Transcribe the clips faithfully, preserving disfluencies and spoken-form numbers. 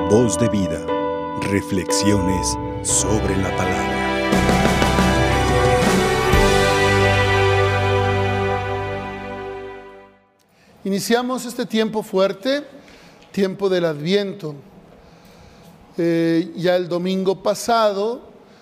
Voz de vida. Reflexiones sobre la palabra. Iniciamos este tiempo fuerte, tiempo del Adviento. Eh, ya el domingo pasado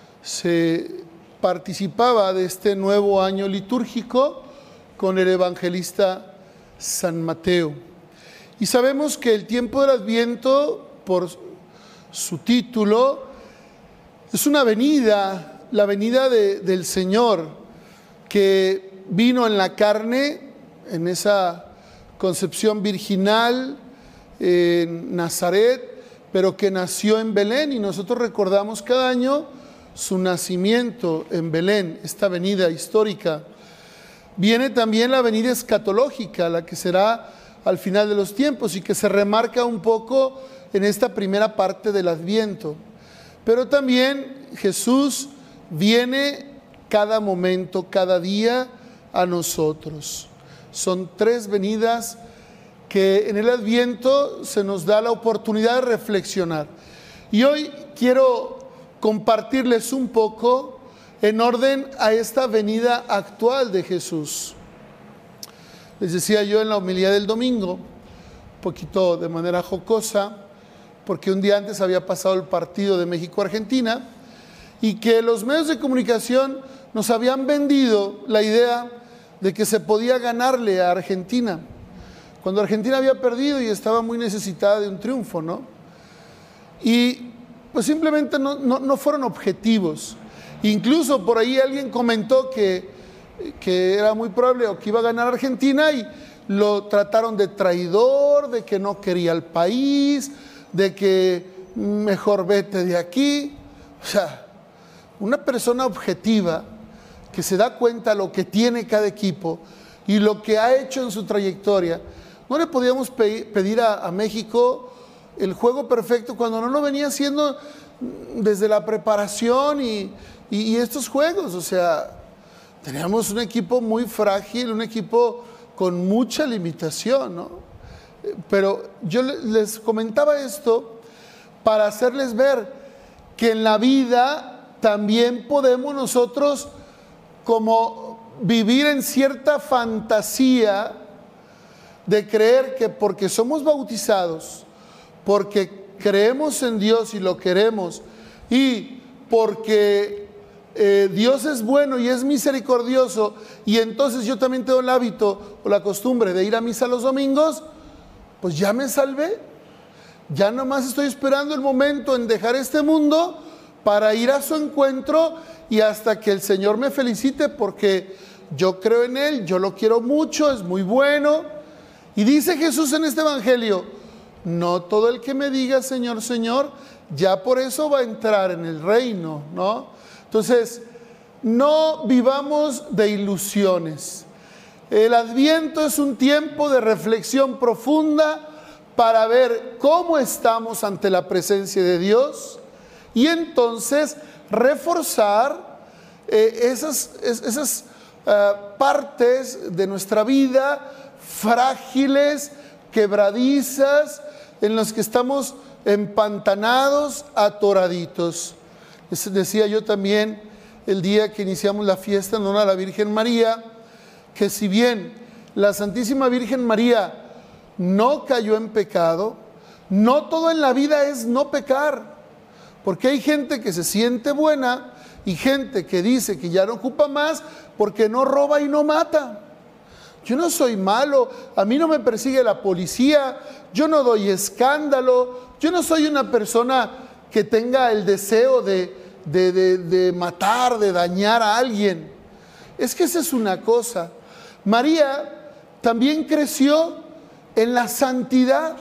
se participaba de este nuevo año litúrgico con el evangelista San Mateo. Y sabemos que el tiempo del Adviento, por su título, es una venida, la venida de, del Señor, que vino en la carne, en esa concepción virginal, en Nazaret, pero que nació en Belén, y nosotros recordamos cada año su nacimiento en Belén, esta venida histórica. Viene también la venida escatológica, la que será al final de los tiempos y que se remarca un poco en esta primera parte del Adviento. Pero también Jesús viene cada momento, cada día a nosotros. Son tres venidas que en el Adviento se nos da la oportunidad de reflexionar. Y hoy quiero compartirles un poco en orden a esta venida actual de Jesús. Les decía yo en la homilía del domingo, un poquito de manera jocosa, porque un día antes había pasado el partido de México-Argentina y que los medios de comunicación nos habían vendido la idea de que se podía ganarle a Argentina, cuando Argentina había perdido y estaba muy necesitada de un triunfo, ¿no? Y pues simplemente no, no, no fueron objetivos. Incluso por ahí alguien comentó que, que era muy probable o que iba a ganar Argentina y lo trataron de traidor, de que no quería el país, de que mejor vete de aquí. O sea, una persona objetiva que se da cuenta lo que tiene cada equipo y lo que ha hecho en su trayectoria. No le podíamos pedir a, a México el juego perfecto cuando no lo venía haciendo desde la preparación y, y, y estos juegos. O sea, teníamos un equipo muy frágil, un equipo con mucha limitación, ¿no? Pero yo les comentaba esto para hacerles ver que en la vida también podemos nosotros como vivir en cierta fantasía de creer que porque somos bautizados, porque creemos en Dios y lo queremos, y porque eh, Dios es bueno y es misericordioso, y entonces yo también tengo el hábito o la costumbre de ir a misa los domingos, pues ya me salvé. Ya nomás estoy esperando el momento en dejar este mundo para ir a su encuentro y hasta que el Señor me felicite porque yo creo en Él, yo lo quiero mucho, es muy bueno. Y dice Jesús en este evangelio, no todo el que me diga Señor, Señor, ya por eso va a entrar en el reino, ¿no? Entonces, no vivamos de ilusiones. El Adviento es un tiempo de reflexión profunda para ver cómo estamos ante la presencia de Dios y entonces reforzar eh, esas, esas uh, partes de nuestra vida frágiles, quebradizas, en las que estamos empantanados, atoraditos. Les decía yo también el día que iniciamos la fiesta en honor a la Virgen María, que si bien la Santísima Virgen María no cayó en pecado, no todo en la vida es no pecar, porque hay gente que se siente buena y gente que dice que ya no ocupa más porque no roba y no mata. Yo no soy malo, a mí no me persigue la policía, yo no doy escándalo, yo no soy una persona que tenga el deseo de, de, de, de matar, de dañar a alguien. Es que esa es una cosa. María también creció en la santidad,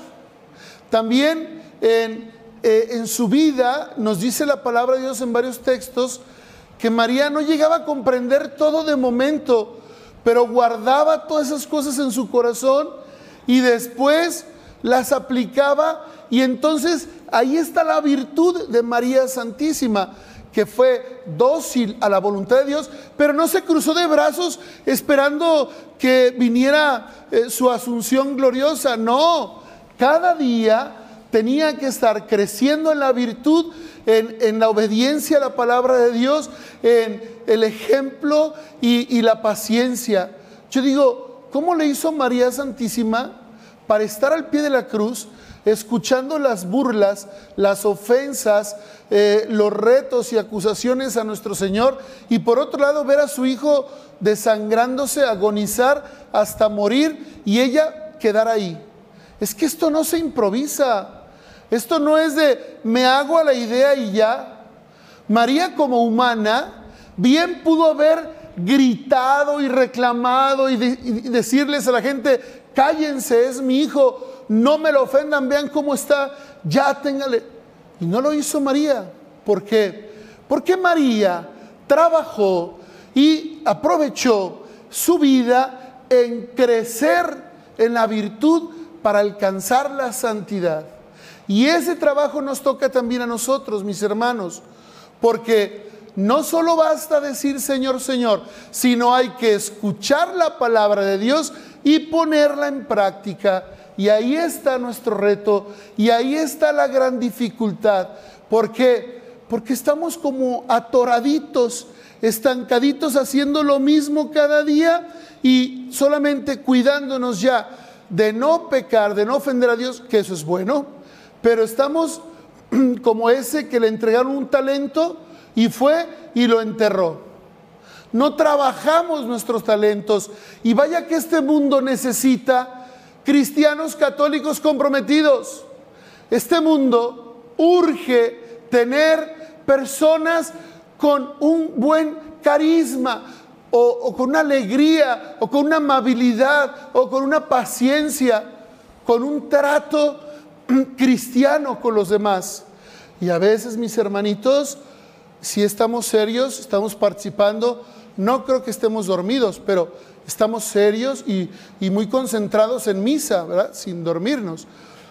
también en, eh, en su vida, nos dice la palabra de Dios en varios textos, que María no llegaba a comprender todo de momento, pero guardaba todas esas cosas en su corazón y después las aplicaba, y entonces ahí está la virtud de María Santísima, que fue dócil a la voluntad de Dios, pero no se cruzó de brazos esperando que viniera eh, su asunción gloriosa. No, cada día tenía que estar creciendo en la virtud, en, en la obediencia a la palabra de Dios, en el ejemplo y, y la paciencia. Yo digo, ¿cómo le hizo María Santísima para estar al pie de la cruz, escuchando las burlas, las ofensas, eh, los retos y acusaciones a nuestro Señor, y por otro lado ver a su hijo desangrándose, agonizar hasta morir, y ella quedar ahí? Es que esto no se improvisa. Esto no es de me hago a la idea y ya. María, como humana, bien pudo haber gritado y reclamado y, de, y decirles a la gente, cállense, es mi hijo, no me lo ofendan, vean cómo está, ya téngale. Y no lo hizo María. ¿Por qué? Porque María trabajó y aprovechó su vida en crecer en la virtud para alcanzar la santidad. Y ese trabajo nos toca también a nosotros, mis hermanos, porque no solo basta decir Señor, Señor, sino hay que escuchar la palabra de Dios y ponerla en práctica. Y ahí está nuestro reto, y ahí está la gran dificultad. ¿Por qué? Porque estamos como atoraditos, estancaditos, haciendo lo mismo cada día y solamente cuidándonos ya de no pecar, de no ofender a Dios, que eso es bueno. Pero estamos como ese que le entregaron un talento y fue y lo enterró. No trabajamos nuestros talentos, y vaya que este mundo necesita cristianos católicos comprometidos. Este mundo urge tener personas con un buen carisma, o, o con una alegría, o con una amabilidad, o con una paciencia, con un trato cristiano con los demás. Y a veces, mis hermanitos, si estamos serios, estamos participando, no creo que estemos dormidos, pero estamos serios y, y muy concentrados en misa, ¿verdad? Sin dormirnos.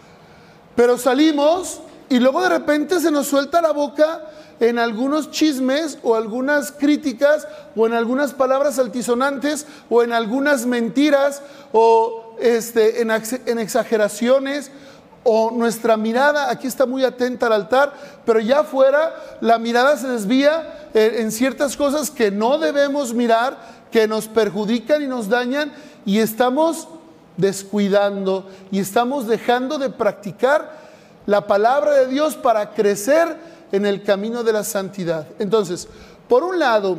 Pero salimos y luego de repente se nos suelta la boca en algunos chismes o algunas críticas o en algunas palabras altisonantes o en algunas mentiras o este, en, en exageraciones. O nuestra mirada aquí está muy atenta al altar, pero ya afuera la mirada se desvía en ciertas cosas que no debemos mirar, que nos perjudican y nos dañan, y estamos descuidando y estamos dejando de practicar la palabra de Dios para crecer en el camino de la santidad. Entonces, por un lado,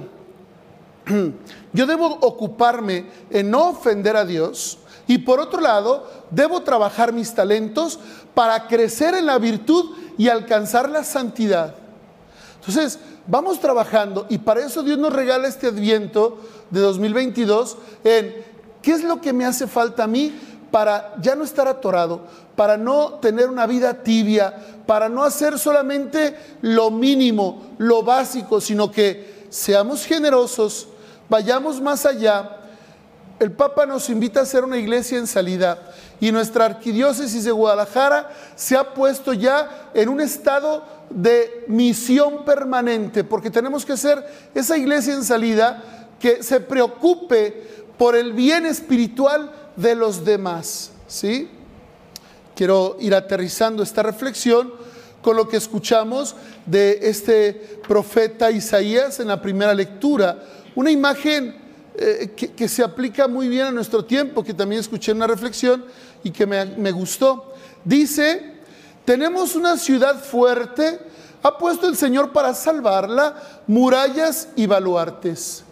yo debo ocuparme en no ofender a Dios, y por otro lado, debo trabajar mis talentos para crecer en la virtud y alcanzar la santidad. Entonces, vamos trabajando, y para eso Dios nos regala este Adviento de dos mil veintidós en qué es lo que me hace falta a mí para ya no estar atorado, para no tener una vida tibia, para no hacer solamente lo mínimo, lo básico, sino que seamos generosos, vayamos más allá. El Papa nos invita a hacer una iglesia en salida, y nuestra arquidiócesis de Guadalajara se ha puesto ya en un estado de misión permanente, porque tenemos que ser esa iglesia en salida que se preocupe por el bien espiritual de los demás, ¿sí? Quiero ir aterrizando esta reflexión con lo que escuchamos de este profeta Isaías en la primera lectura, una imagen Eh, que, que se aplica muy bien a nuestro tiempo, que también escuché en una reflexión y que me, me gustó. Dice, tenemos una ciudad fuerte, ha puesto el Señor para salvarla, murallas y baluartes.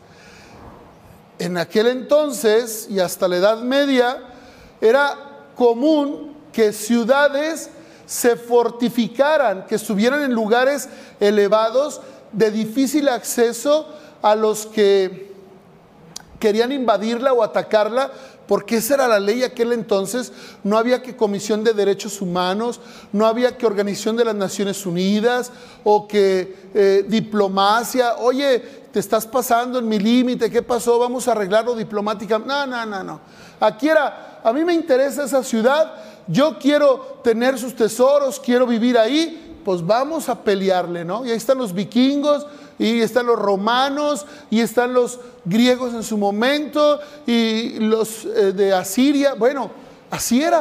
En aquel entonces y hasta la Edad Media era común que ciudades se fortificaran, que estuvieran en lugares elevados de difícil acceso a los que querían invadirla o atacarla, porque esa era la ley aquel entonces. No había que Comisión de Derechos Humanos, no había que Organización de las Naciones Unidas, o que eh, diplomacia, oye, te estás pasando en mi límite, ¿qué pasó? Vamos a arreglarlo diplomáticamente. No, no, no, no. Aquí era, a mí me interesa esa ciudad, yo quiero tener sus tesoros, quiero vivir ahí, pues vamos a pelearle, ¿no? Y ahí están los vikingos, y están los romanos, y están los griegos en su momento, y los eh, de Asiria. Bueno, así era,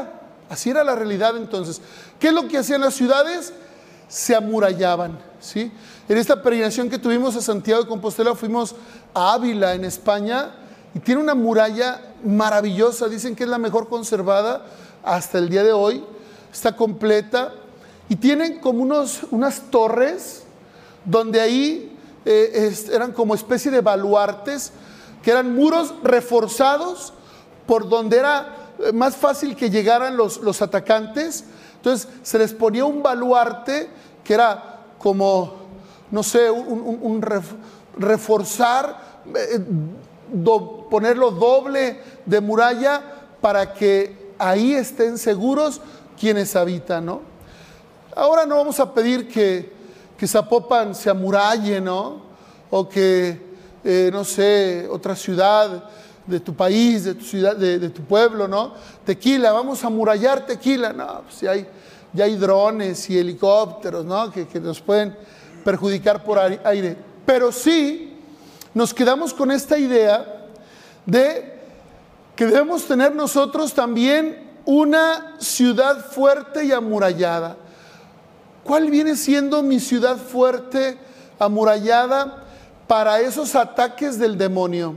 Así era la realidad entonces. ¿Qué es lo que hacían las ciudades? Se amurallaban, ¿sí? En esta peregrinación que tuvimos a Santiago de Compostela fuimos a Ávila, en España, y tiene una muralla maravillosa. Dicen que es la mejor conservada hasta el día de hoy. Está completa y tienen como unos, unas torres donde ahí eh, es, eran como especie de baluartes, que eran muros reforzados por donde era más fácil que llegaran los, los atacantes. Entonces se les ponía un baluarte que era como, no sé, un, un, un ref, reforzar, eh, do, ponerlo doble de muralla para que ahí estén seguros quienes habitan, ¿no? Ahora no vamos a pedir que, que Zapopan se amuralle, ¿no? O que, eh, no sé, otra ciudad de tu país, de tu ciudad, de, de tu pueblo, ¿no? Tequila, vamos a amurallar Tequila. No, pues ya hay, ya hay drones y helicópteros, ¿no? Que, que nos pueden perjudicar por aire. Pero sí nos quedamos con esta idea de que debemos tener nosotros también una ciudad fuerte y amurallada. ¿Cuál viene siendo mi ciudad fuerte, amurallada para esos ataques del demonio?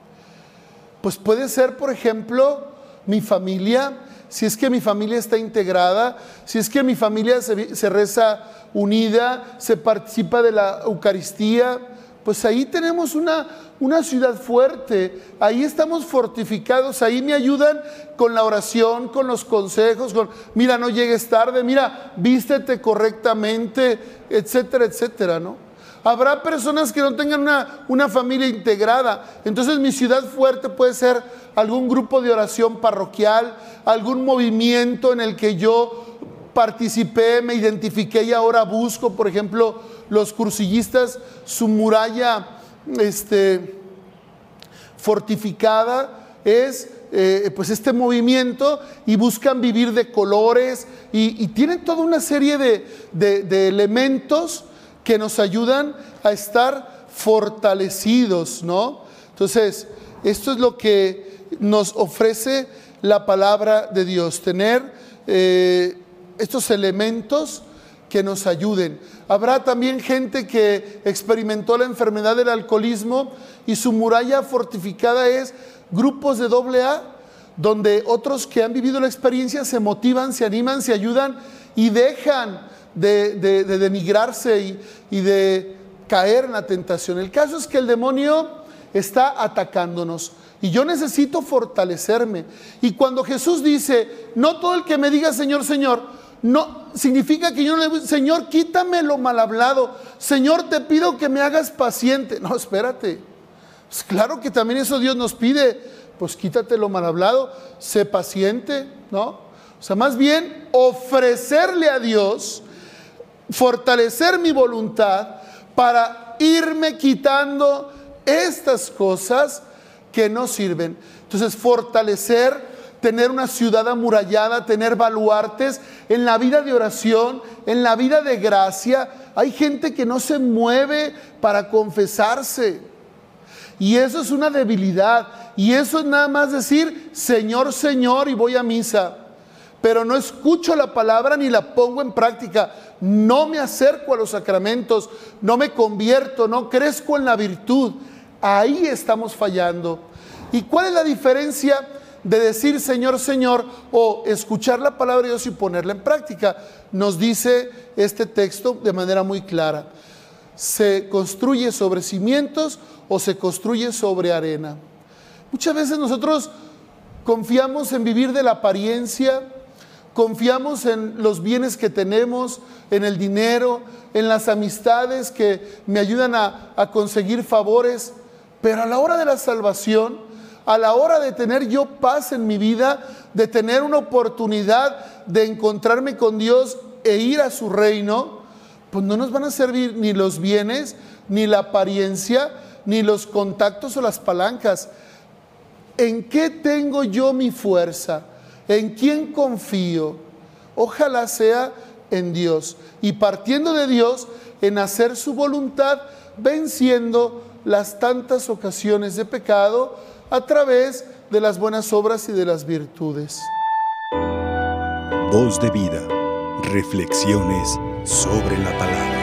Pues puede ser, por ejemplo, mi familia, si es que mi familia está integrada, si es que mi familia se, se reza unida, se participa de la Eucaristía, pues ahí tenemos una, una ciudad fuerte, ahí estamos fortificados, ahí me ayudan con la oración, con los consejos, con mira, no llegues tarde, mira, vístete correctamente, etcétera, etcétera, ¿no? Habrá personas que no tengan una, una familia integrada, entonces mi ciudad fuerte puede ser algún grupo de oración parroquial, algún movimiento en el que yo participé, me identifiqué y ahora busco, por ejemplo, los cursillistas, su muralla este, fortificada es eh, pues este movimiento, y buscan vivir de colores y, y tienen toda una serie de, de, de elementos que nos ayudan a estar fortalecidos, ¿no? Entonces, esto es lo que nos ofrece la palabra de Dios, tener eh, estos elementos que nos ayuden. Habrá también gente que experimentó la enfermedad del alcoholismo y su muralla fortificada es grupos de doble A, donde otros que han vivido la experiencia se motivan, se animan, se ayudan y dejan de, de, de denigrarse y, y de caer en la tentación. El caso es que el demonio está atacándonos y yo necesito fortalecerme. Y cuando Jesús dice, no todo el que me diga Señor, Señor, no significa que yo no le digo, Señor, quítame lo mal hablado, Señor, te pido que me hagas paciente. No, espérate, pues claro que también eso Dios nos pide, pues quítate lo mal hablado, sé paciente, ¿no? O sea, más bien ofrecerle a Dios, fortalecer mi voluntad para irme quitando estas cosas que no sirven. Entonces, fortalecer, tener una ciudad amurallada, tener baluartes en la vida de oración, en la vida de gracia. Hay gente que no se mueve para confesarse y eso es una debilidad, y eso es nada más decir Señor, Señor, y voy a misa, pero no escucho la palabra ni la pongo en práctica, no me acerco a los sacramentos, no me convierto, no crezco en la virtud. Ahí estamos fallando. ¿Y cuál es la diferencia de decir Señor, Señor o escuchar la palabra de Dios y ponerla en práctica? Nos dice este texto de manera muy clara: se construye sobre cimientos o se construye sobre arena. Muchas veces nosotros confiamos en vivir de la apariencia, confiamos en los bienes que tenemos, en el dinero, en las amistades que me ayudan a, a conseguir favores, pero a la hora de la salvación, a la hora de tener yo paz en mi vida, de tener una oportunidad de encontrarme con Dios e ir a su reino, pues no nos van a servir ni los bienes, ni la apariencia, ni los contactos o las palancas. ¿En qué tengo yo mi fuerza? ¿En quién confío? Ojalá sea en Dios, y partiendo de Dios, en hacer su voluntad, venciendo las tantas ocasiones de pecado a través de las buenas obras y de las virtudes. Voz de vida. Reflexiones sobre la palabra.